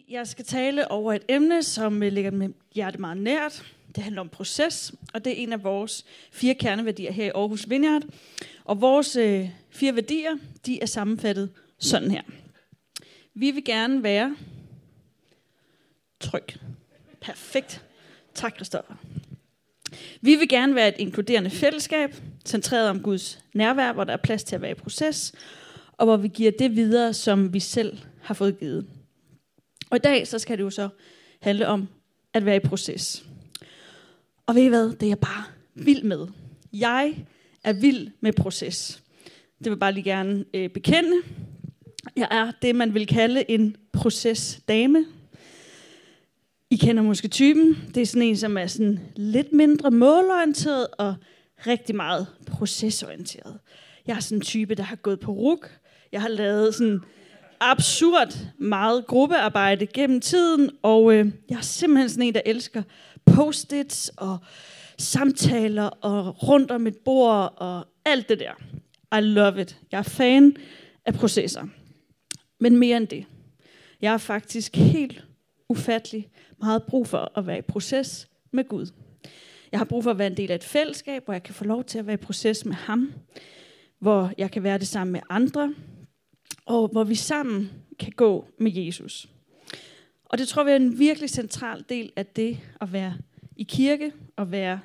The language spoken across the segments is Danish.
Jeg skal tale over et emne, som ligger mit hjerte meget nært. Det handler om proces, og det er en af vores 4 kerneværdier her i Aarhus Vineyard. Og vores 4 værdier, de er sammenfattet sådan her. Vi vil gerne være tryg. Perfekt. Tak, Christoffer. Vi vil gerne være et inkluderende fællesskab, centreret om Guds nærvær, hvor der er plads til at være i proces, og hvor vi giver det videre, som vi selv har fået givet. Og i dag, så skal det jo så handle om at være i proces. Og ved I hvad? Det er jeg bare vild med. Jeg er vild med proces. Det vil jeg bare lige gerne bekende. Jeg er det, man vil kalde en procesdame. I kender måske typen. Det er sådan en, som er sådan lidt mindre målorienteret og rigtig meget procesorienteret. Jeg er sådan en type, der har gået på RUC. Jeg har lavet sådan absurd meget gruppearbejde gennem tiden, og jeg er simpelthen sådan en, der elsker post-its og samtaler og rundt om et bord og alt det der. I love it. Jeg er fan af processer. Men mere end det. Jeg har faktisk helt ufattelig meget brug for at være i proces med Gud. Jeg har brug for at være en del af et fællesskab, hvor jeg kan få lov til at være i proces med ham, hvor jeg kan være det sammen med andre, og hvor vi sammen kan gå med Jesus. Og det tror vi er en virkelig central del af det at være i kirke, og være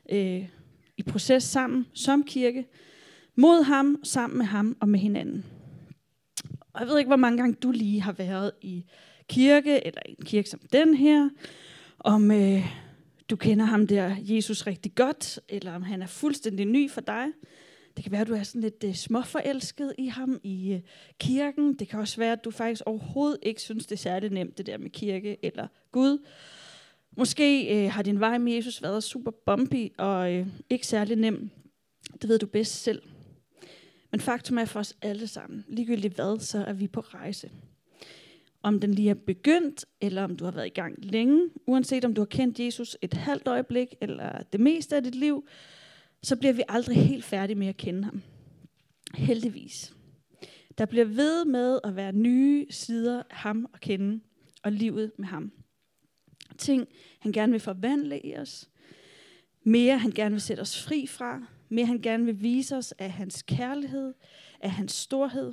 i proces sammen som kirke, mod ham, sammen med ham og med hinanden. Og jeg ved ikke, hvor mange gange du lige har været i kirke, eller i en kirke som den her, om du kender ham der, Jesus, rigtig godt, eller om han er fuldstændig ny for dig. Det kan være, at du er sådan lidt småforelsket i ham i kirken. Det kan også være, at du faktisk overhovedet ikke synes, det er særlig nemt, det der med kirke eller Gud. Måske har din vej med Jesus været super bumpy og ikke særlig nem. Det ved du bedst selv. Men faktum er for os alle sammen, ligegyldigt hvad, så er vi på rejse. Om den lige er begyndt, eller om du har været i gang længe, uanset om du har kendt Jesus et halvt øjeblik, eller det meste af dit liv, så bliver vi aldrig helt færdige med at kende ham. Heldigvis. Der bliver ved med at være nye sider af ham at kende, og livet med ham. Ting, han gerne vil forvandle i os. Mere, han gerne vil sætte os fri fra. Mere, han gerne vil vise os af hans kærlighed, af hans storhed.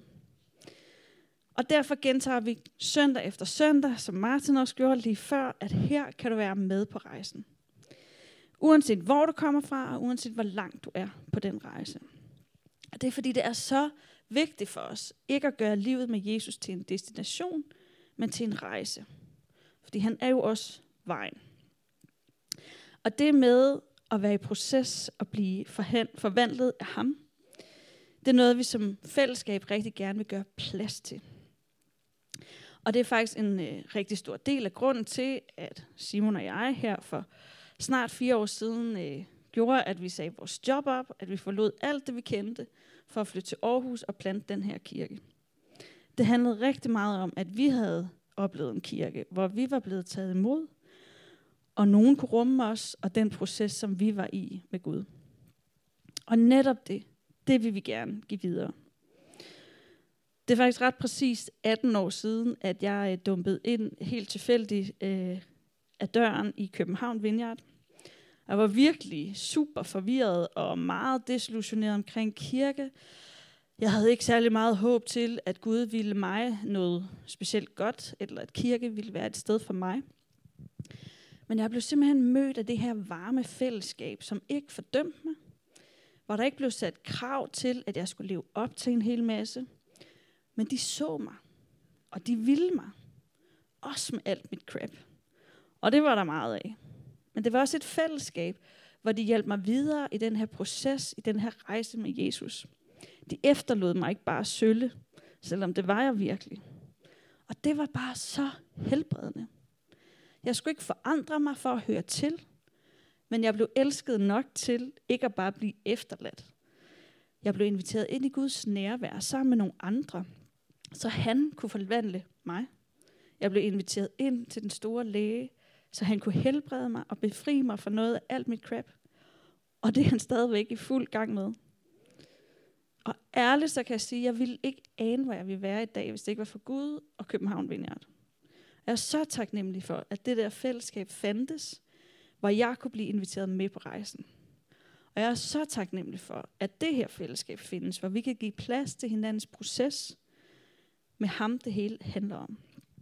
Og derfor gentager vi søndag efter søndag, som Martin også gjorde lige før, at her kan du være med på rejsen. Uanset hvor du kommer fra, og uanset hvor langt du er på den rejse. Og det er fordi, det er så vigtigt for os, ikke at gøre livet med Jesus til en destination, men til en rejse. Fordi han er jo også vejen. Og det med at være i proces og blive forvandlet af ham, det er noget, vi som fællesskab rigtig gerne vil gøre plads til. Og det er faktisk en rigtig stor del af grunden til, at Simon og jeg her for snart 4 år siden gjorde, at vi sagde vores job op, at vi forlod alt det, vi kendte, for at flytte til Aarhus og plante den her kirke. Det handlede rigtig meget om, at vi havde oplevet en kirke, hvor vi var blevet taget imod, og nogen kunne rumme os, og den proces, som vi var i med Gud. Og netop det vil vi gerne give videre. Det er faktisk ret præcist 18 år siden, at jeg dumpede ind helt tilfældigt af døren i København Vineyard. Jeg var virkelig super forvirret og meget desillusioneret omkring kirke. Jeg havde ikke særlig meget håb til, at Gud ville mig noget specielt godt, eller at kirke ville være et sted for mig. Men jeg blev simpelthen mødt af det her varme fællesskab, som ikke fordømte mig. Hvor der ikke blev sat krav til, at jeg skulle leve op til en hel masse. Men de så mig, og de ville mig. Også med alt mit crap. Og det var der meget af. Men det var også et fællesskab, hvor de hjalp mig videre i den her proces, i den her rejse med Jesus. De efterlod mig ikke bare sølle, selvom det var jeg virkelig. Og det var bare så helbredende. Jeg skulle ikke forandre mig for at høre til, men jeg blev elsket nok til ikke at bare blive efterladt. Jeg blev inviteret ind i Guds nærvær sammen med nogle andre, så han kunne forvandle mig. Jeg blev inviteret ind til den store læge, så han kunne helbrede mig og befri mig fra noget af alt mit crap. Og det er han stadigvæk i fuld gang med. Og ærligt så kan jeg sige, at jeg ville ikke ane, hvor jeg ville være i dag, hvis det ikke var for Gud og København Vineyard. Jeg er så taknemmelig for, at det der fællesskab fandtes, hvor jeg kunne blive inviteret med på rejsen. Og jeg er så taknemmelig for, at det her fællesskab findes, hvor vi kan give plads til hinandens proces, med ham det hele handler om.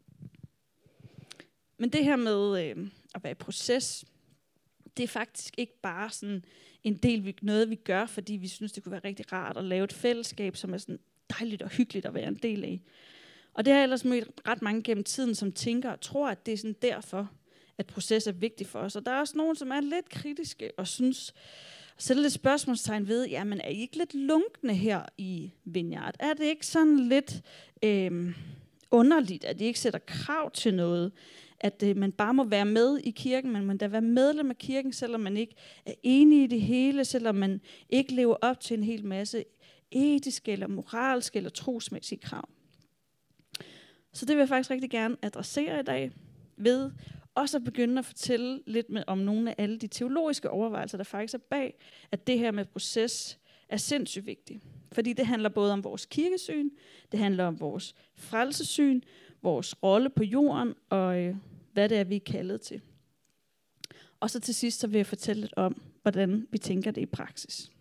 Men det her med at være i proces, det er faktisk ikke bare sådan en del noget, vi gør, fordi vi synes, det kunne være rigtig rart at lave et fællesskab, som er sådan dejligt og hyggeligt at være en del af. Og det har jeg ellers mødt ret mange gennem tiden, som tænker og tror, at det er sådan derfor, at proces er vigtig for os. Og der er også nogen, som er lidt kritiske og synes, sætter lidt spørgsmålstegn ved, jamen er I ikke lidt lunkne her i Vineyard? Er det ikke sådan lidt underligt, at I ikke sætter krav til noget? At man bare må være med i kirken, man må da være medlem af kirken, selvom man ikke er enig i det hele, selvom man ikke lever op til en hel masse etiske eller moralske eller trosmæssige krav. Så det vil jeg faktisk rigtig gerne adressere i dag, ved også at begynde at fortælle lidt om nogle af alle de teologiske overvejelser, der faktisk er bag, at det her med proces er sindssygt vigtigt. Fordi det handler både om vores kirkesyn, det handler om vores frelsesyn, vores rolle på jorden, og hvad det er, vi er kaldet til. Og så til sidst, så vil jeg fortælle lidt om, hvordan vi tænker det i praksis.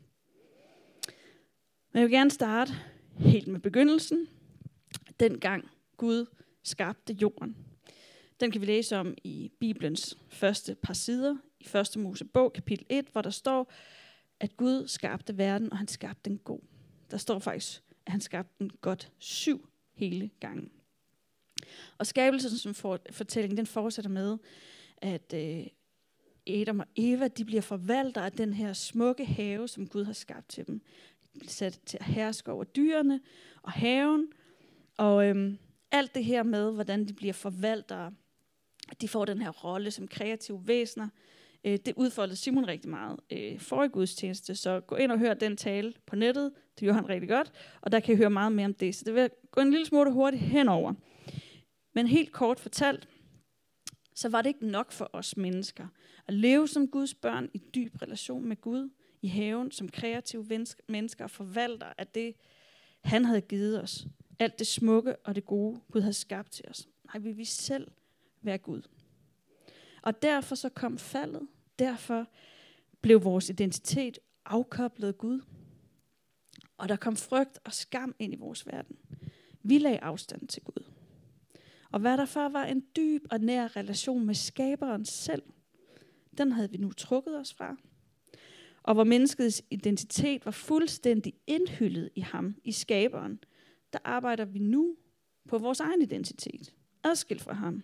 Men jeg vil gerne starte helt med begyndelsen. Dengang Gud skabte jorden. Den kan vi læse om i Bibelens første par sider, i 1. Mosebog, kapitel 1, hvor der står, at Gud skabte verden, og han skabte den god. Der står faktisk, at han skabte den godt 7 hele gange. Og skabelsen som fortælling, den fortsætter med, at Adam og Eva, de bliver forvaltere af den her smukke have, som Gud har skabt til dem. Sat til at herske over dyrene og haven. Og alt det her med, hvordan de bliver forvaltere, at de får den her rolle som kreative væsener, det udfoldede Simon rigtig meget for i gudstjeneste. Så gå ind og hør den tale på nettet. Det gjorde han rigtig godt. Og der kan I høre meget mere om det. Så det vil gå en lille smule hurtigt henover. Men helt kort fortalt, så var det ikke nok for os mennesker at leve som Guds børn i dyb relation med Gud i haven, som kreative mennesker og forvalter af det, han havde givet os. Alt det smukke og det gode, Gud havde skabt til os. Nej, vi vil selv være Gud. Og derfor så kom faldet. Derfor blev vores identitet afkoblet af Gud. Og der kom frygt og skam ind i vores verden. Vi lagde afstand til Gud. Og hvad der før var en dyb og nær relation med skaberen selv, den havde vi nu trukket os fra. Og hvor menneskets identitet var fuldstændig indhyllet i ham, i skaberen, der arbejder vi nu på vores egen identitet, adskilt fra ham.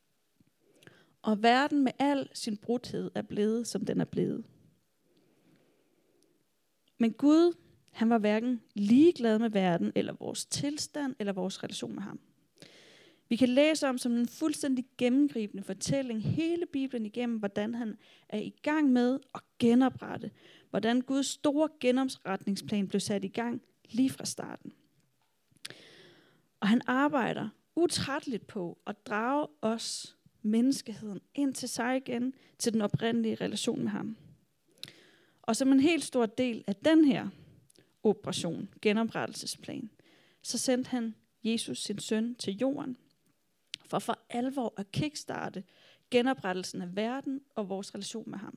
Og verden med al sin brudhed er blevet, som den er blevet. Men Gud, han var hverken ligeglad med verden, eller vores tilstand, eller vores relation med ham. Vi kan læse om som en fuldstændig gennemgribende fortælling hele Bibelen igennem, hvordan han er i gang med at genoprette. Hvordan Guds store genopretningsplan blev sat i gang lige fra starten. Og han arbejder utrætteligt på at drage os, menneskeheden, ind til sig igen, til den oprindelige relation med ham. Og som en helt stor del af den her operation, genoprettelsesplan, så sendte han Jesus, sin søn, til jorden, for alvor at kickstarte genoprettelsen af verden og vores relation med ham.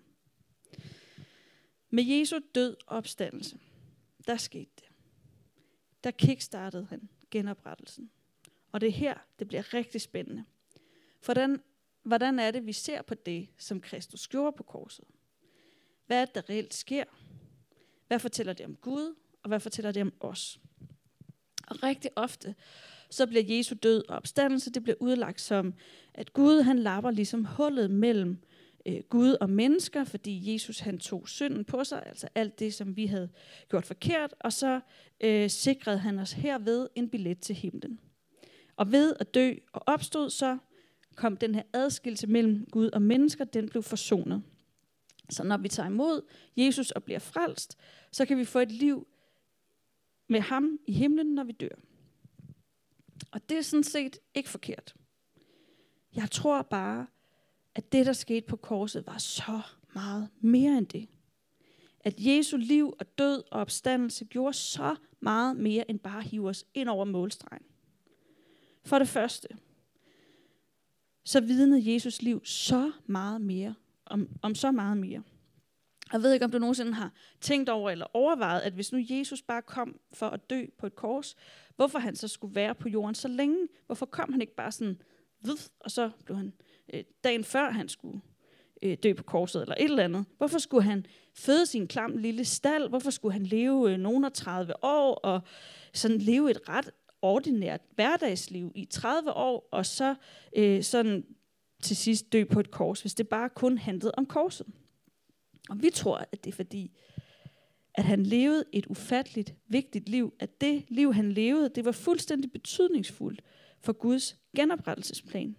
Med Jesu død og opstandelse, der skete det. Der kickstartede han genoprettelsen. Og det er her, det bliver rigtig spændende. For hvordan er det, vi ser på det, som Kristus gjorde på korset? Hvad er det, der reelt sker? Hvad fortæller det om Gud, og hvad fortæller det om os? Og rigtig ofte, så bliver Jesu død og opstandelse, det bliver udlagt som, at Gud, han lapper ligesom hullet mellem Gud og mennesker, fordi Jesus, han tog synden på sig, altså alt det, som vi havde gjort forkert, og så sikrede han os herved en billet til himlen. Og ved at dø og opstod, så kom den her adskillelse mellem Gud og mennesker, den blev forsonet. Så når vi tager imod Jesus og bliver frelst, så kan vi få et liv med ham i himlen, når vi dør. Og det er sådan set ikke forkert. Jeg tror bare, at det, der skete på korset, var så meget mere end det. At Jesu liv og død og opstandelse gjorde så meget mere end bare at hive os ind over målstregen. For det første, så vidnede Jesus liv så meget mere, om så meget mere. Jeg ved ikke, om du nogensinde har tænkt over eller overvejet, at hvis nu Jesus bare kom for at dø på et kors, hvorfor han så skulle være på jorden så længe? Hvorfor kom han ikke bare sådan, og så blev han dagen før han skulle dø på korset eller et eller andet? Hvorfor skulle han føde sin klam lille stald? Hvorfor skulle han leve nogen af 30 år og sådan leve et ret ordinært hverdagsliv i 30 år, og så sådan til sidst dø på et kors, hvis det bare kun handlede om korset? Og vi tror, at det er fordi, at han levede et ufatteligt vigtigt liv, at det liv, han levede, det var fuldstændig betydningsfuldt for Guds genoprettelsesplan.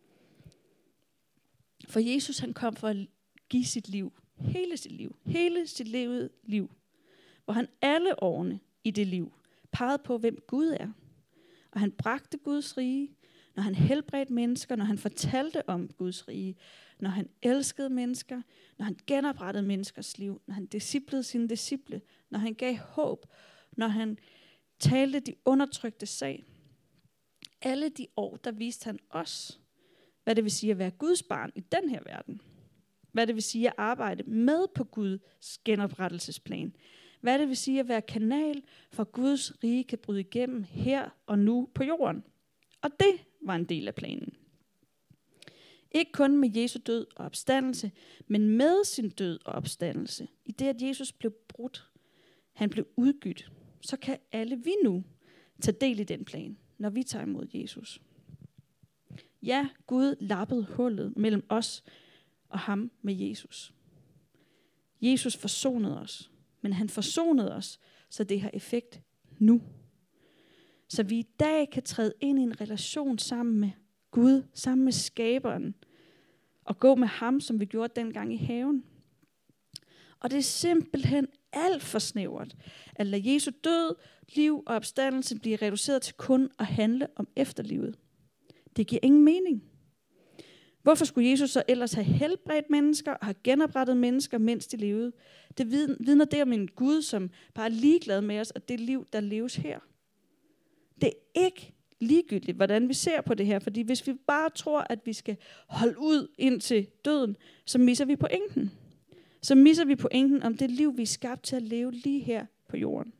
For Jesus, han kom for at give sit liv, hele sit levede liv, hvor han alle årene i det liv pegede på, hvem Gud er. Og han bragte Guds rige, når han helbredte mennesker, når han fortalte om Guds rige, når han elskede mennesker, når han genoprettede menneskers liv, når han disciplede sine disciple, når han gav håb, når han talte de undertrykte sag. Alle de år, der viste han os, hvad det vil sige at være Guds barn i den her verden. Hvad det vil sige at arbejde med på Guds genoprettelsesplan. Hvad det vil sige at være kanal for Guds rige kan bryde igennem her og nu på jorden. Og det var en del af planen. Ikke kun med Jesu død og opstandelse, men med sin død og opstandelse. I det, at Jesus blev brudt, han blev udgydt, så kan alle vi nu tage del i den plan, når vi tager imod Jesus. Ja, Gud lappede hullet mellem os og ham med Jesus. Jesus forsonede os, men han forsonede os, så det har effekt nu. Så vi i dag kan træde ind i en relation sammen med Gud, sammen med skaberen, og gå med ham, som vi gjorde dengang i haven. Og det er simpelthen alt for snævert, at lade Jesu død, liv og opstandelse blive reduceret til kun at handle om efterlivet. Det giver ingen mening. Hvorfor skulle Jesus så ellers have helbredt mennesker og have genoprettet mennesker, mens de levede? Det vidner det om en Gud, som bare er ligeglad med os, og det liv, der leves her. Det er ikke ligegyldigt, hvordan vi ser på det her, fordi hvis vi bare tror, at vi skal holde ud indtil døden, så misser vi pointen. Så misser vi pointen om det liv, vi er skabt til at leve lige her på jorden.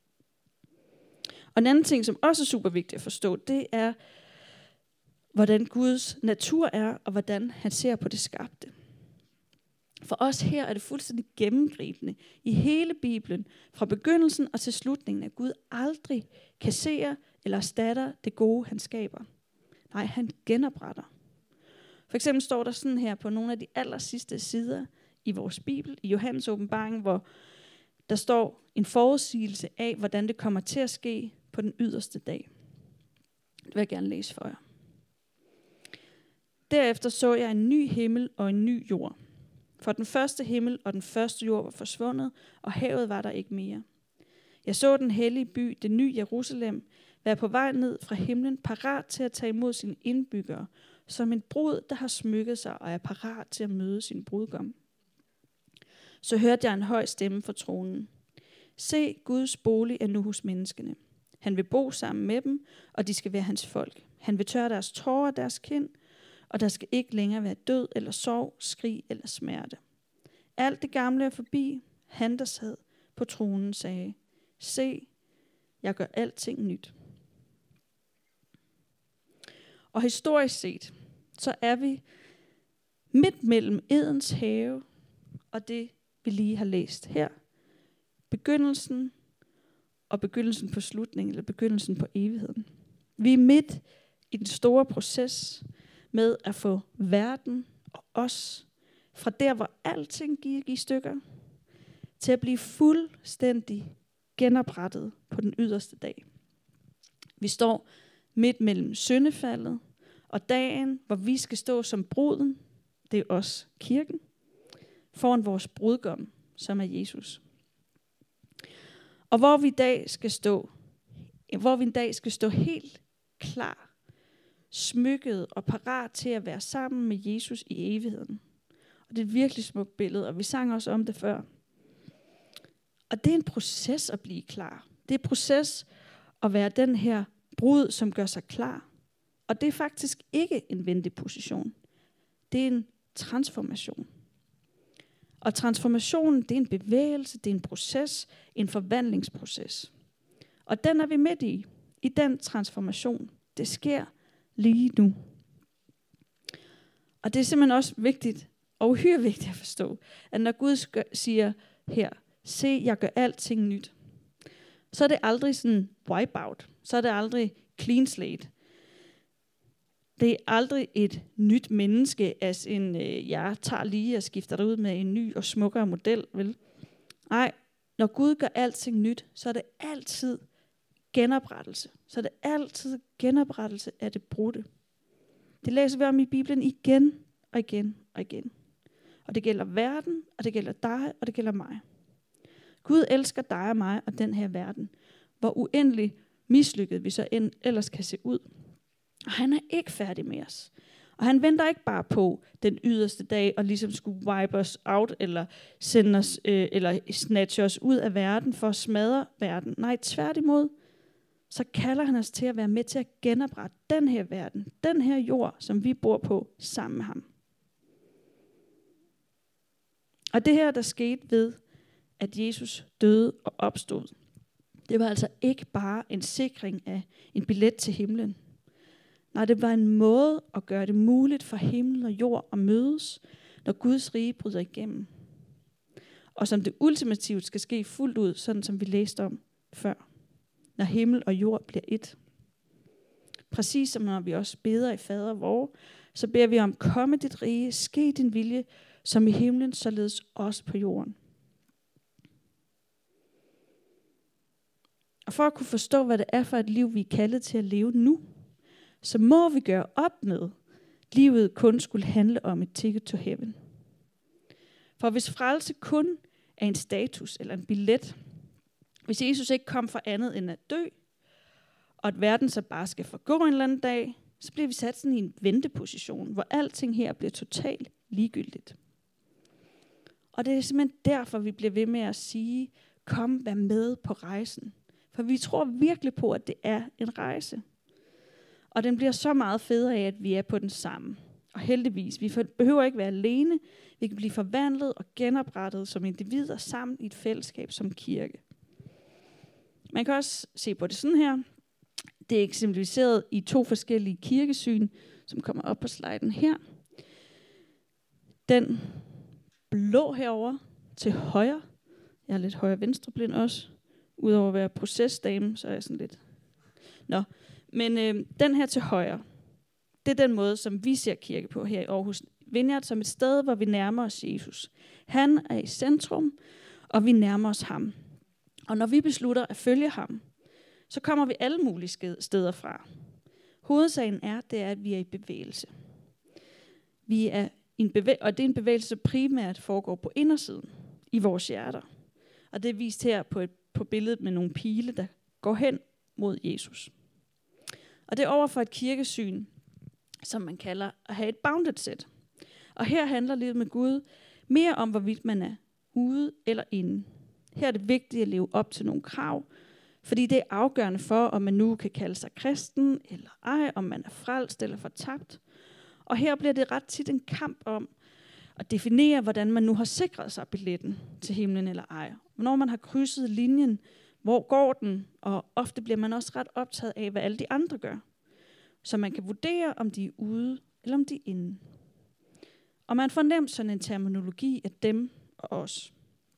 Og en anden ting, som også er super vigtigt at forstå, det er, hvordan Guds natur er, og hvordan han ser på det skabte. For os her er det fuldstændig gennemgribende i hele Bibelen, fra begyndelsen og til slutningen, at Gud aldrig kasserer eller erstatter det gode, han skaber. Nej, han genopretter. For eksempel står der sådan her på nogle af de aller sidste sider i vores Bibel, i Johannes åbenbaring, hvor der står en forudsigelse af, hvordan det kommer til at ske på den yderste dag. Det vil jeg gerne læse for jer. Derefter så jeg en ny himmel og en ny jord. For den første himmel og den første jord var forsvundet, og havet var der ikke mere. Jeg så den hellige by, det nye Jerusalem, være på vej ned fra himlen, parat til at tage imod sine indbyggere, som en brud, der har smykket sig og er parat til at møde sin brudgom. Så hørte jeg en høj stemme fra tronen. Se, Guds bolig er nu hos menneskene. Han vil bo sammen med dem, og de skal være hans folk. Han vil tørre deres tårer af deres kind, og der skal ikke længere være død eller sorg, skrig eller smerte. Alt det gamle er forbi. Han, der sad på tronen, sagde, se, jeg gør alting nyt. Og historisk set, så er vi midt mellem Edens have og det, vi lige har læst her. Begyndelsen og begyndelsen på slutningen, eller begyndelsen på evigheden. Vi er midt i den store proces med at få verden og os fra der, hvor alting gik i stykker, til at blive fuldstændig genoprettet på den yderste dag. Vi står midt mellem syndefaldet og dagen, hvor vi skal stå som bruden, det er os, kirken, foran vores brudgom, som er Jesus. Og hvor vi en dag skal stå helt klar, smykket og parat til at være sammen med Jesus i evigheden. Og det er et virkelig smukt billede, og vi sang også om det før. Og det er en proces at blive klar. Det er en proces at være den her brud, som gør sig klar. Og det er faktisk ikke en venteposition. Det er en transformation. Og transformationen, det er en bevægelse, det er en proces, en forvandlingsproces. Og den er vi midt i den transformation. Det sker lige nu. Og det er simpelthen også vigtigt, og uhyre vigtigt at forstå, at når Gud siger her, se, jeg gør alting nyt, så er det aldrig sådan wipeout. Så er det aldrig clean slate. Det er aldrig et nyt menneske, altså jeg tager lige og skifter det ud med en ny og smukkere model, vel? Nej, når Gud gør alting nyt, så er det altid genoprettelse. Så er det altid genoprettelse af det brudte. Det læser vi om i Bibelen igen og igen og igen. Og det gælder verden, og det gælder dig, og det gælder mig. Gud elsker dig og mig og den her verden. Hvor uendelig mislykket vi så ellers kan se ud. Og han er ikke færdig med os. Og han venter ikke bare på den yderste dag, og ligesom skulle wipe os out, eller sende os, eller snatche os ud af verden, for at smadre verden. Nej, tværtimod, så kalder han os til at være med til at genoprette den her verden, den her jord, som vi bor på sammen med ham. Og det her, der skete ved, at Jesus døde og opstod, det var altså ikke bare en sikring af en billet til himlen. Nej, det var en måde at gøre det muligt for himmel og jord at mødes, når Guds rige bryder igennem. Og som det ultimativt skal ske fuldt ud, sådan som vi læste om før. Når himmel og jord bliver et. Præcis som når vi også beder i Fader vor, så beder vi om, komme dit rige, ske din vilje, som i himlen, således også på jorden. Og for at kunne forstå, hvad det er for et liv, vi er kaldet til at leve nu, så må vi gøre op med, at livet kun skulle handle om et ticket to heaven. For hvis frelse kun er en status eller en billet, hvis Jesus ikke kom for andet end at dø, og at verden så bare skal forgå en eller anden dag, så bliver vi sat sådan i en venteposition, hvor alting her bliver totalt ligegyldigt. Og det er simpelthen derfor, vi bliver ved med at sige, kom, vær med på rejsen. For vi tror virkelig på, at det er en rejse. Og den bliver så meget federe af, at vi er på den samme. Og heldigvis, vi behøver ikke være alene. Vi kan blive forvandlet og genoprettet som individer sammen i et fællesskab som kirke. Man kan også se på det sådan her. Det er eksemplificeret i 2 forskellige kirkesyn, som kommer op på sliden her. Den blå herover til højre. Jeg er lidt højre-venstre-blind også. Udover at være procesdame, så er jeg sådan lidt... Men den her til højre, det er den måde, som vi ser kirke på her i Aarhus Vineyard, som et sted, hvor vi nærmer os Jesus. Han er i centrum, og vi nærmer os ham. Og når vi beslutter at følge ham, så kommer vi alle mulige steder fra. Hovedsagen er, at vi er i bevægelse. Vi er og det er en bevægelse, der primært foregår på indersiden, i vores hjerter. Og det er vist her på billedet med nogle pile, der går hen mod Jesus. Og det er over for et kirkesyn, som man kalder at have et bounded set. Og her handler livet med Gud mere om, hvorvidt man er ude eller inde. Her er det vigtigt at leve op til nogle krav, fordi det er afgørende for, om man nu kan kalde sig kristen eller ej, om man er frelst eller fortabt. Og her bliver det ret tit en kamp om at definere, hvordan man nu har sikret sig billetten til himlen eller ej. Hvornår man har krydset linjen, hvor går den? Og ofte bliver man også ret optaget af, hvad alle de andre gør. Så man kan vurdere, om de er ude eller om de er inde. Og man får nemt sådan en terminologi af dem og os.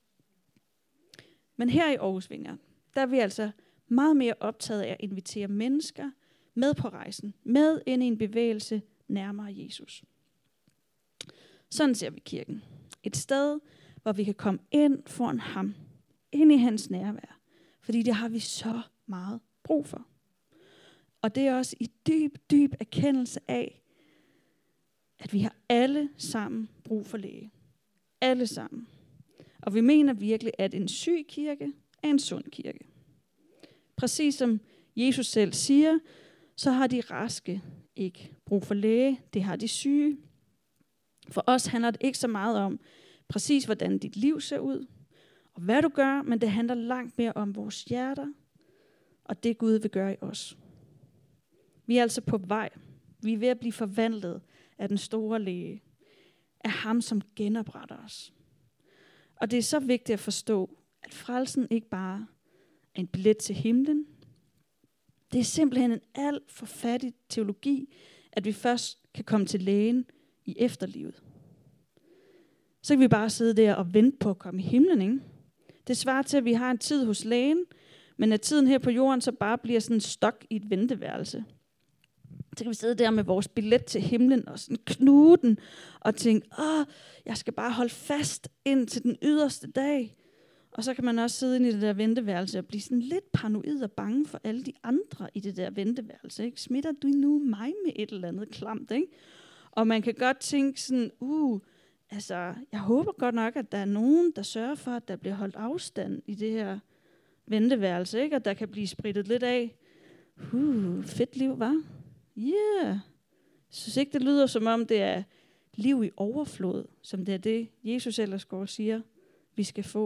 Men her i Aarhus Vineyard, der er vi altså meget mere optaget af at invitere mennesker med på rejsen, med ind i en bevægelse nærmere Jesus. Sådan ser vi kirken. Et sted, hvor vi kan komme ind foran ham, ind i hans nærvær, fordi det har vi så meget brug for. Og det er også i dyb erkendelse af, at vi har alle sammen brug for læge. Alle sammen. Og vi mener virkelig, at en syg kirke er en sund kirke. Præcis som Jesus selv siger, så har de raske ikke brug for læge, det har de syge. For os handler det ikke så meget om præcis, hvordan dit liv ser ud, og hvad du gør, men det handler langt mere om vores hjerter, og det Gud vil gøre i os. Vi er altså på vej. Vi er ved at blive forvandlet af den store læge, af ham, som genopretter os. Og det er så vigtigt at forstå, at frelsen ikke bare er en billet til himlen. Det er simpelthen en alt for fattig teologi, at vi først kan komme til lægen i efterlivet. Så kan vi bare sidde der og vente på at komme i himlen, ikke? Det svarer til, at vi har en tid hos lægen, men at tiden her på jorden så bare bliver sådan en stok i et venteværelse. Så kan vi sidde der med vores billet til himlen og sådan knuge den og tænke, jeg skal bare holde fast ind til den yderste dag. Og så kan man også sidde inde i det der venteværelse og blive sådan lidt paranoid og bange for alle de andre i det der venteværelse. Ikke? Smitter du nu mig med et eller andet klamt? Ikke? Og man kan godt tænke sådan, jeg håber godt nok, at der er nogen, der sørger for, at der bliver holdt afstand i det her venteværelse, ikke? Og der kan blive spritet lidt af. Fedt liv, hva'? Yeah. Jeg synes ikke, det lyder som om, det er liv i overflod, som det er det, Jesus ellers går og siger, vi skal få.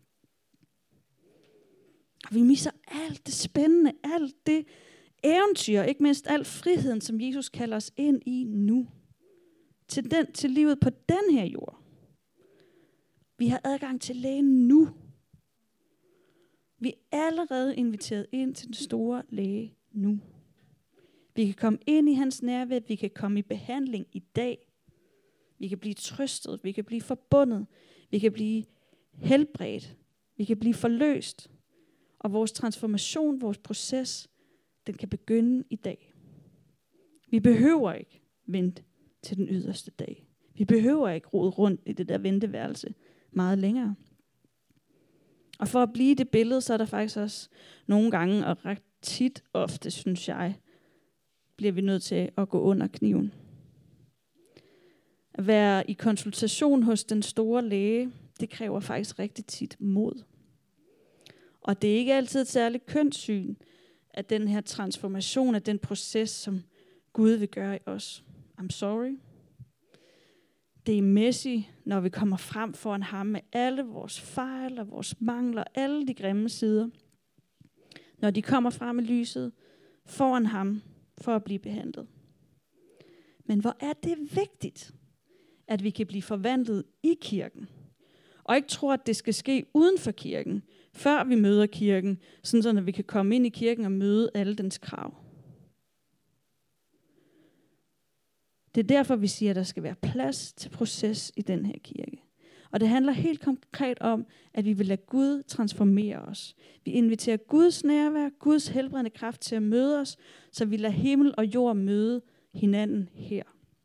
Og vi misser alt det spændende, alt det eventyr, ikke mindst al friheden, som Jesus kalder os ind i nu. Til livet på den her jord. Vi har adgang til lægen nu. Vi er allerede inviteret ind til den store læge nu. Vi kan komme ind i hans nærvær, vi kan komme i behandling i dag. Vi kan blive trøstet, vi kan blive forbundet, vi kan blive helbredt, vi kan blive forløst. Og vores transformation, vores proces, den kan begynde i dag. Vi behøver ikke vente til den yderste dag. Vi behøver ikke rode rundt i det der venteværelse meget længere. Og for at blive i det billede, så er der faktisk også nogle gange, og ret tit ofte, synes jeg, bliver vi nødt til at gå under kniven. At være i konsultation hos den store læge, det kræver faktisk rigtig tit mod. Og det er ikke altid et særligt kønssyn, at den her transformation, af den proces, som Gud vil gøre i os. I'm sorry. Det er messy, når vi kommer frem foran ham med alle vores fejl og vores mangler, alle de grimme sider. Når de kommer frem i lyset foran ham for at blive behandlet. Men hvor er det vigtigt, at vi kan blive forvandlet i kirken. Og ikke tro, at det skal ske uden for kirken, før vi møder kirken, sådan så vi kan komme ind i kirken og møde alle dens krav. Det er derfor, vi siger, at der skal være plads til proces i den her kirke. Og det handler helt konkret om, at vi vil lade Gud transformere os. Vi inviterer Guds nærvær, Guds helbredende kraft til at møde os, så vi lader himmel og jord møde hinanden her.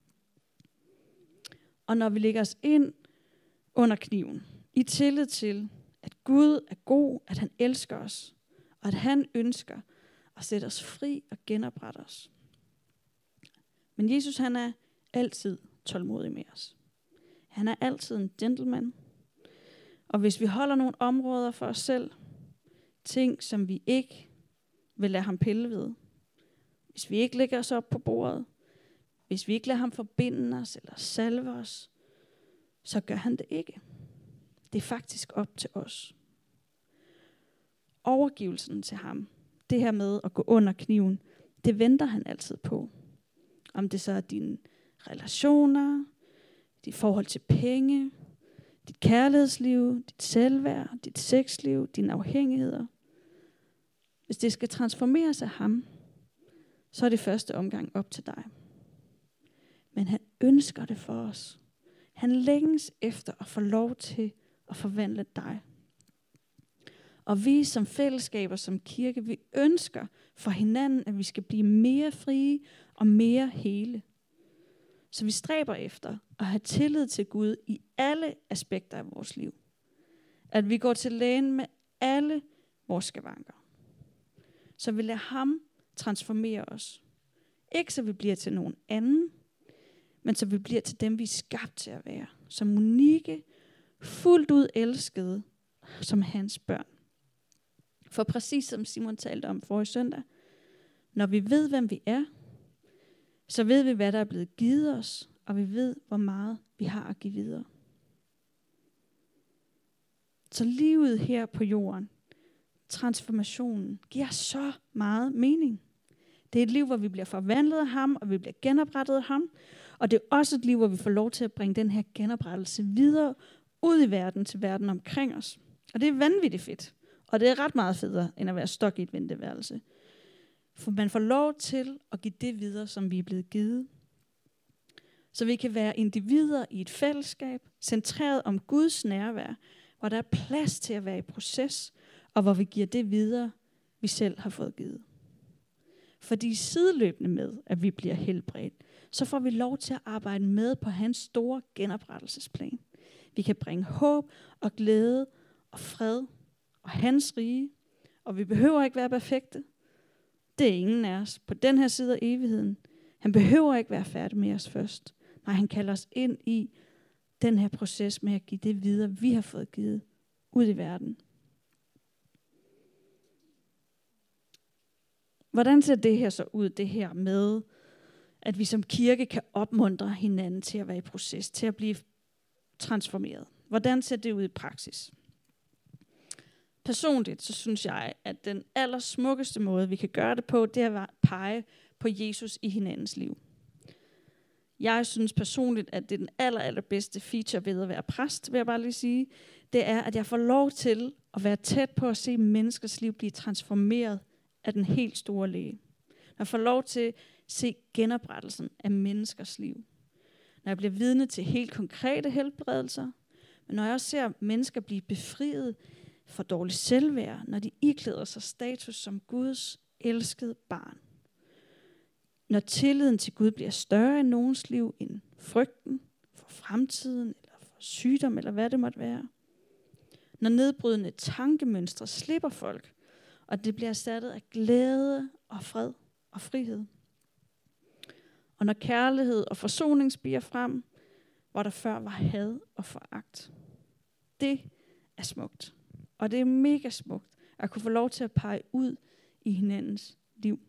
Og når vi lægger os ind under kniven, i tillid til, at Gud er god, at han elsker os, og at han ønsker at sætte os fri og genoprette os. Men Jesus, han er altid tålmodig med os. Han er altid en gentleman. Og hvis vi holder nogle områder for os selv, ting, som vi ikke vil lade ham pille ved, hvis vi ikke lægger os op på bordet, hvis vi ikke lader ham forbinde os eller salve os, så gør han det ikke. Det er faktisk op til os. Overgivelsen til ham, det her med at gå under kniven, det venter han altid på. Om det så er dine relationer, dit forhold til penge, dit kærlighedsliv, dit selvværd, dit sexliv, dine afhængigheder. Hvis det skal transformeres af ham, så er det første omgang op til dig. Men han ønsker det for os. Han længes efter at få lov til at forvandle dig. Og vi som fællesskaber, som kirke, vi ønsker for hinanden, at vi skal blive mere frie og mere hele. Så vi stræber efter at have tillid til Gud i alle aspekter af vores liv. At vi går til lægen med alle vores skavanker. Så vi lader ham transformere os. Ikke så vi bliver til nogen anden, men så vi bliver til dem, vi er skabt til at være. Som unikke, fuldt ud elskede, som hans børn. For præcis som Simon talte om forrige søndag, når vi ved, hvem vi er, så ved vi, hvad der er blevet givet os, og vi ved, hvor meget vi har at give videre. Så livet her på jorden, transformationen, giver så meget mening. Det er et liv, hvor vi bliver forvandlet af ham, og vi bliver genoprettet af ham. Og det er også et liv, hvor vi får lov til at bringe den her genoprettelse videre ud i verden, til verden omkring os. Og det er vanvittigt fedt. Og det er ret meget federe, end at være stok i et venteværelse. For man får lov til at give det videre, som vi er blevet givet. Så vi kan være individer i et fællesskab, centreret om Guds nærvær, hvor der er plads til at være i proces, og hvor vi giver det videre, vi selv har fået givet. Fordi sideløbende med, at vi bliver helbredt, så får vi lov til at arbejde med på hans store genoprettelsesplan. Vi kan bringe håb og glæde og fred og hans rige, og vi behøver ikke være perfekte. Det er ingen af os på den her side af evigheden. Han behøver ikke være færdig med os først. Nej, han kalder os ind i den her proces med at give det videre, vi har fået givet ud i verden. Hvordan ser det her så ud, det her med, at vi som kirke kan opmuntre hinanden til at være i proces, til at blive transformeret? Hvordan ser det ud i praksis? Personligt, så synes jeg, at den allersmukkeste måde, vi kan gøre det på, det er at pege på Jesus i hinandens liv. Jeg synes personligt, at det er den allerbedste feature ved at være præst, vil jeg bare lige sige. Det er, at jeg får lov til at være tæt på at se menneskers liv blive transformeret af den helt store læge. Når jeg får lov til at se genoprettelsen af menneskers liv. Når jeg bliver vidne til helt konkrete helbredelser. Men når jeg også ser mennesker blive befriet for dårligt selvværd, når de iklæder sig status som Guds elskede barn. Når tilliden til Gud bliver større i nogens liv end frygten for fremtiden, eller for sygdom, eller hvad det måtte være. Når nedbrydende tankemønstre slipper folk, og det bliver erstattet af glæde og fred og frihed. Og når kærlighed og forsoning spiger frem, hvor der før var had og foragt. Det er smukt. Og det er mega smukt at kunne få lov til at pege ud i hinandens liv.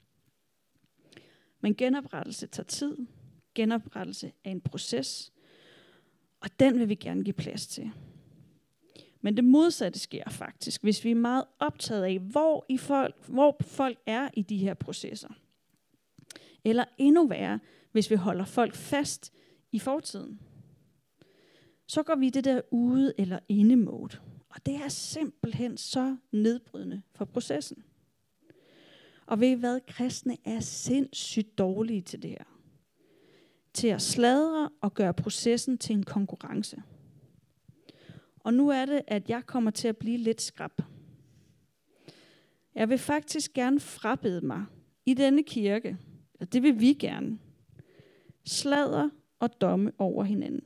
Men genoprettelse tager tid. Genoprettelse er en proces. Og den vil vi gerne give plads til. Men det modsatte sker faktisk, hvis vi er meget optaget af, hvor folk er i de her processer. Eller endnu værre, hvis vi holder folk fast i fortiden. Så går vi det der ude eller inde mode. Og det er simpelthen så nedbrydende for processen. Og ved I hvad? Kristne er sindssygt dårlige til det her. Til at sladre og gøre processen til en konkurrence. Og nu er det, at jeg kommer til at blive lidt skrap. Jeg vil faktisk gerne frabede mig i denne kirke, og det vil vi gerne, sladre og domme over hinanden.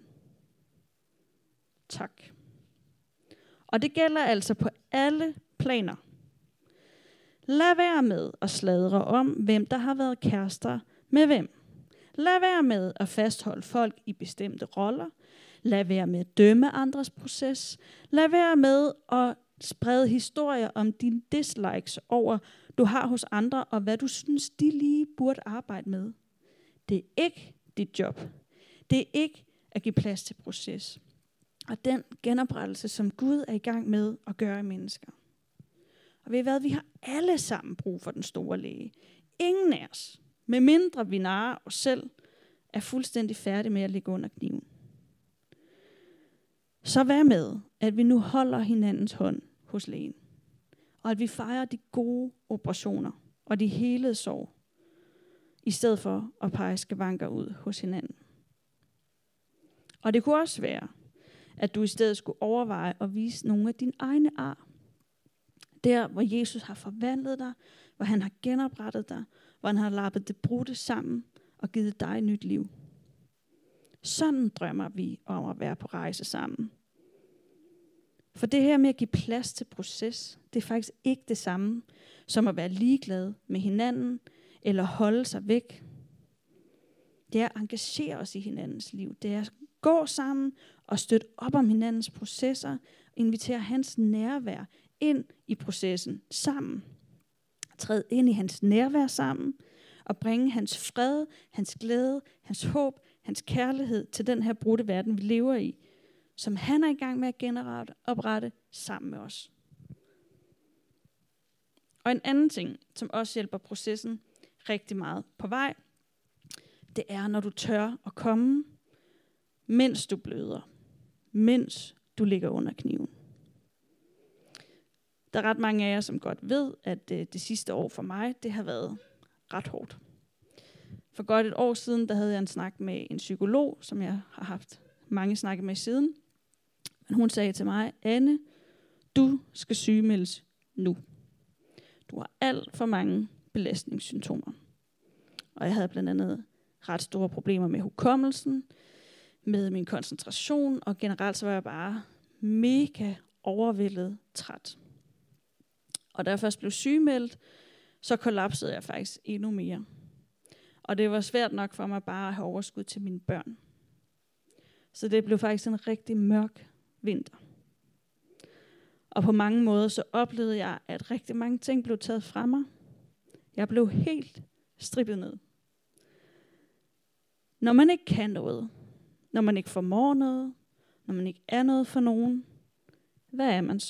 Tak. Og det gælder altså på alle planer. Lad være med at sladre om, hvem der har været kærester med hvem. Lad være med at fastholde folk i bestemte roller. Lad være med at dømme andres proces. Lad være med at sprede historier om dine dislikes over, du har hos andre, og hvad du synes, de lige burde arbejde med. Det er ikke dit job. Det er ikke at give plads til proces. Og den genoprettelse, som Gud er i gang med at gøre i mennesker. Og ved I hvad? Vi har alle sammen brug for den store læge. Ingen af os, medmindre vi narrer os selv, er fuldstændig færdige med at ligge under kniven. Så vær med, at vi nu holder hinandens hånd hos lægen. Og at vi fejrer de gode operationer og de helede sår, i stedet for at pege skavanker ud hos hinanden. Og det kunne også være, at du i stedet skulle overveje at vise nogle af dine egne ar. Der, hvor Jesus har forvandlet dig, hvor han har genoprettet dig, hvor han har lappet det brudte sammen og givet dig et nyt liv. Sådan drømmer vi om at være på rejse sammen. For det her med at give plads til proces, det er faktisk ikke det samme som at være ligeglad med hinanden eller holde sig væk. Det er at engagere os i hinandens liv. Det er at gå sammen og støtte op om hinandens processer og invitere hans nærvær ind i processen sammen. Træd ind i hans nærvær sammen og bringe hans fred, hans glæde, hans håb, hans kærlighed til den her brudte verden, vi lever i, som han er i gang med at genoprette sammen med os. Og en anden ting, som også hjælper processen rigtig meget på vej. Det er, når du tør at komme, mens du bløder. Mens du ligger under kniven. Der er ret mange af jer, som godt ved, at det sidste år for mig, det har været ret hårdt. For godt et år siden, der havde jeg en snak med en psykolog, som jeg har haft mange snakke med siden. Men hun sagde til mig, Anne, du skal sygemeldes nu. Du har alt for mange belastningssymptomer. Og jeg havde blandt andet ret store problemer med hukommelsen, med min koncentration, og generelt så var jeg bare mega overvældet træt. Og da jeg først blev sygemeldt, så kollapsede jeg faktisk endnu mere. Og det var svært nok for mig bare at have overskud til mine børn. Så det blev faktisk en rigtig mørk vinter. Og på mange måder så oplevede jeg, at rigtig mange ting blev taget fra mig. Jeg blev helt strippet ned. Når man ikke kan noget, når man ikke formår noget, når man ikke er noget for nogen, hvad er man så?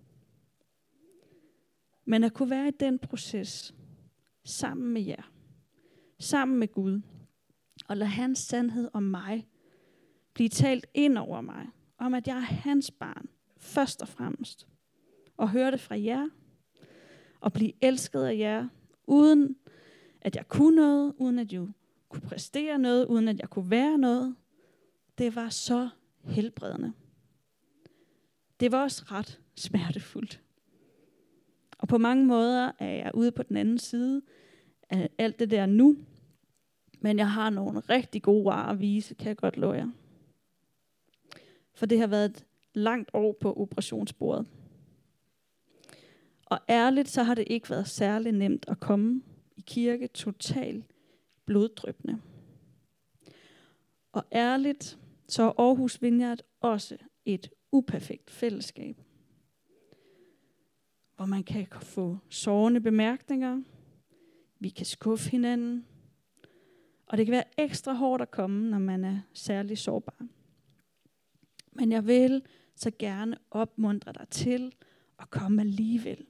Men at kunne være i den proces, sammen med jer, sammen med Gud, og lade hans sandhed om mig blive talt ind over mig, om at jeg er hans barn, først og fremmest, og høre det fra jer, og blive elsket af jer, uden at jeg kunne noget, uden at jeg kunne præstere noget, uden at jeg kunne være noget. Det var så helbredende. Det var også ret smertefuldt. Og på mange måder er jeg ude på den anden side af alt det der nu, men jeg har nogle rigtig gode varer at vise, kan jeg godt love jer. For det har været et langt år på operationsbordet. Og ærligt, så har det ikke været særlig nemt at komme i kirke totalt bloddryppende. Og ærligt, så er Aarhus Vineyard også et uperfekt fællesskab. Hvor man kan få sårende bemærkninger, vi kan skuffe hinanden, og det kan være ekstra hårdt at komme, når man er særlig sårbar. Men jeg vil så gerne opmuntre dig til at komme alligevel.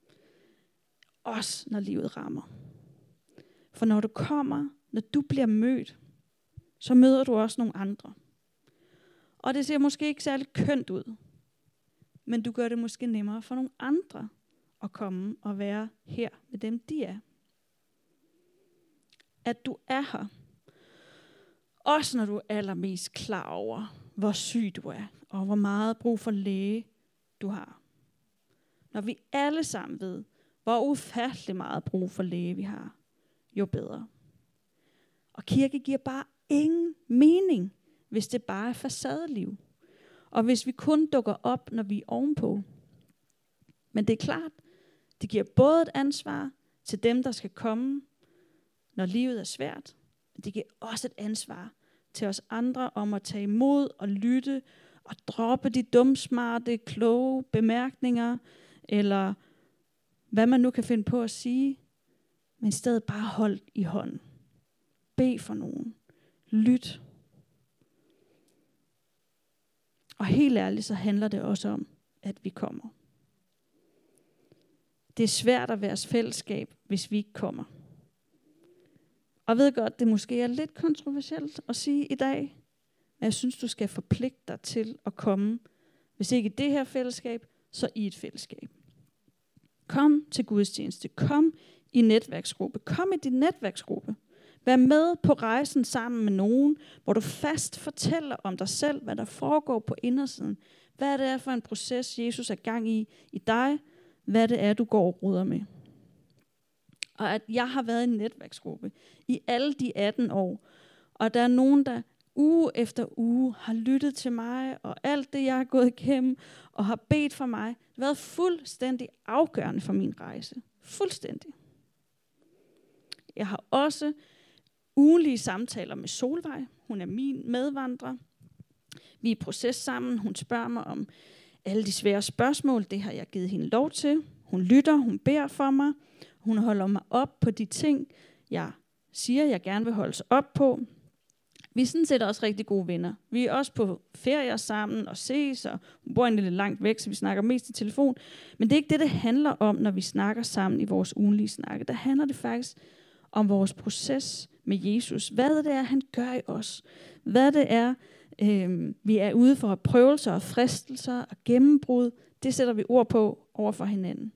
Også når livet rammer. For når du kommer, når du bliver mødt, så møder du også nogle andre. Og det ser måske ikke særlig kønt ud, men du gør det måske nemmere for nogle andre at komme og være her med dem, de er. At du er her. Også når du er allermest klar over, hvor syg du er, og hvor meget brug for læge du har. Når vi alle sammen ved, hvor ufattelig meget brug for læge vi har, jo bedre. Og kirke giver bare ingen mening, hvis det bare er facadeliv. Og hvis vi kun dukker op, når vi er ovenpå. Men det er klart, det giver både et ansvar til dem, der skal komme, når livet er svært. Men det giver også et ansvar til os andre om at tage imod og lytte og droppe de dumsmarte, kloge bemærkninger, eller hvad man nu kan finde på at sige, men i stedet bare hold i hånden. Bed for nogen. Lyt. Og helt ærligt, så handler det også om, at vi kommer. Det er svært at være fællesskab, hvis vi ikke kommer. Og jeg ved godt, det måske er lidt kontroversielt at sige i dag, men jeg synes, du skal forpligte dig til at komme, hvis ikke i det her fællesskab, så i et fællesskab. Kom til gudstjeneste. Kom i netværksgruppe. Kom i din netværksgruppe. Vær med på rejsen sammen med nogen, hvor du fast fortæller om dig selv, hvad der foregår på indersiden. Hvad det er for en proces, Jesus er gang i dig. Hvad det er, du går og ruder med. Og at jeg har været i en netværksgruppe i alle de 18 år. Og der er nogen, der uge efter uge har lyttet til mig, og alt det, jeg har gået igennem, og har bedt for mig. Det har været fuldstændig afgørende for min rejse. Fuldstændig. Jeg har også ugenlige samtaler med Solvej. Hun er min medvandrer. Vi er i proces sammen. Hun spørger mig om alle de svære spørgsmål. Det har jeg givet hende lov til. Hun lytter, hun beder for mig. Hun holder mig op på de ting, jeg siger, jeg gerne vil holdes op på. Vi er sådan set også rigtig gode venner. Vi er også på ferier sammen og ses, og hun bor lidt langt væk, så vi snakker mest i telefon. Men det er ikke det handler om, når vi snakker sammen i vores ugenlige snakke. Der handler det faktisk om vores proces med Jesus. Hvad det er, han gør i os. Hvad det er, vi er ude for prøvelser og fristelser og gennembrud. Det sætter vi ord på over for hinanden.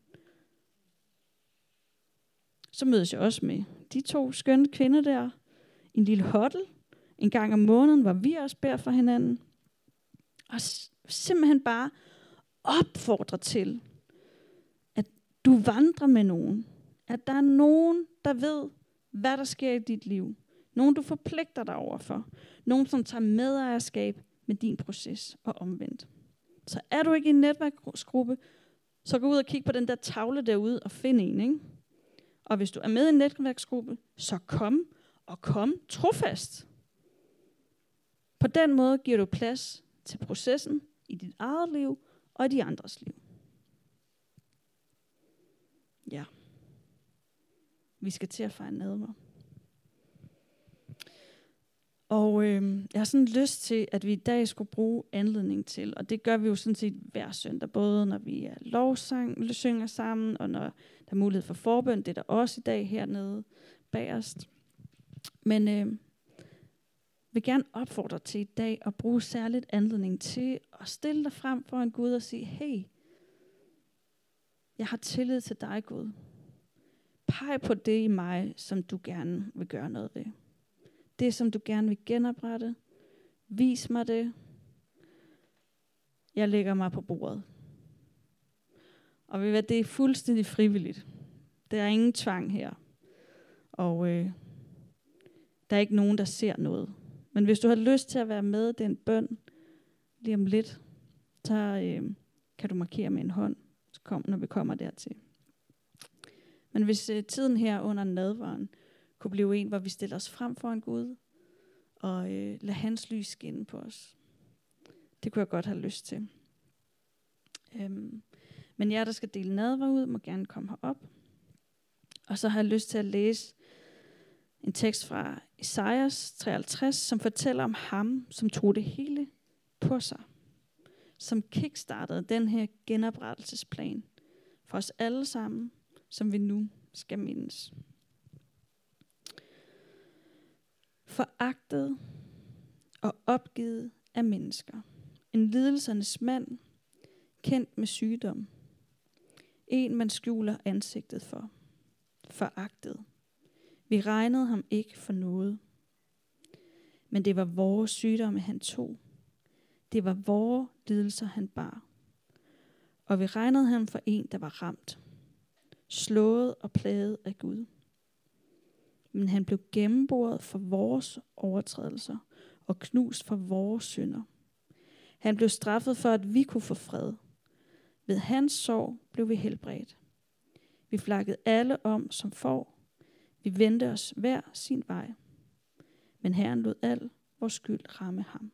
Så mødes jeg også med de 2 skønne kvinder der. En lille huddle. En gang om måneden, hvor vi også beder for hinanden. Og simpelthen bare opfordrer til, at du vandrer med nogen. At der er nogen, der ved, hvad der sker i dit liv. Nogen, du forpligter dig overfor. Nogen, som tager medejerskab med din proces og omvendt. Så er du ikke i en netværksgruppe, så gå ud og kig på den der tavle derude og find en, ikke? Og hvis du er med i en netværksgruppe, så kom trofast. På den måde giver du plads til processen i dit eget liv og i de andres liv. Ja. Vi skal til at fejre nadver. Og jeg har sådan lyst til, at vi i dag skulle bruge anledning til, og det gør vi jo sådan set hver søndag, både når vi er synger sammen, og når der er mulighed for forbøn, det er der også i dag hernede bagerst. Men vil gerne opfordre til i dag at bruge særligt anledning til at stille dig frem for en Gud og sige, hey, jeg har tillid til dig, Gud. Peg på det i mig, som du gerne vil gøre noget ved. Det, som du gerne vil genoprette. Vis mig det. Jeg lægger mig på bordet. Og ved hvad, det er fuldstændig frivilligt. Der er ingen tvang her. Og der er ikke nogen, der ser noget. Men hvis du har lyst til at være med, det er en bøn lige om lidt, så kan du markere med en hånd, når vi kommer dertil. Men hvis tiden her under nadveren kunne blive en, hvor vi stiller os frem for en Gud, og lader hans lys skinne på os. Det kunne jeg godt have lyst til. Men jer, der skal dele nadver ud, må gerne komme herop. Og så har jeg lyst til at læse en tekst fra Esajas 53, som fortæller om ham, som tog det hele på sig. Som kickstartede den her genoprettelsesplan for os alle sammen, som vi nu skal mindes. Foragtet og opgivet af mennesker. En lidelsernes mand, kendt med sygdom. En, man skjuler ansigtet for. Foragtet. Vi regnede ham ikke for noget. Men det var vores sygdomme, han tog. Det var vores lidelser, han bar. Og vi regnede ham for en, der var ramt. Slået og plaget af Gud. Men han blev gennemboret for vores overtrædelser og knust for vores synder. Han blev straffet for, at vi kunne få fred. Ved hans sorg blev vi helbredt. Vi flakkede alle om som får. Vi vendte os hver sin vej. Men Herren lod al vores skyld ramme ham.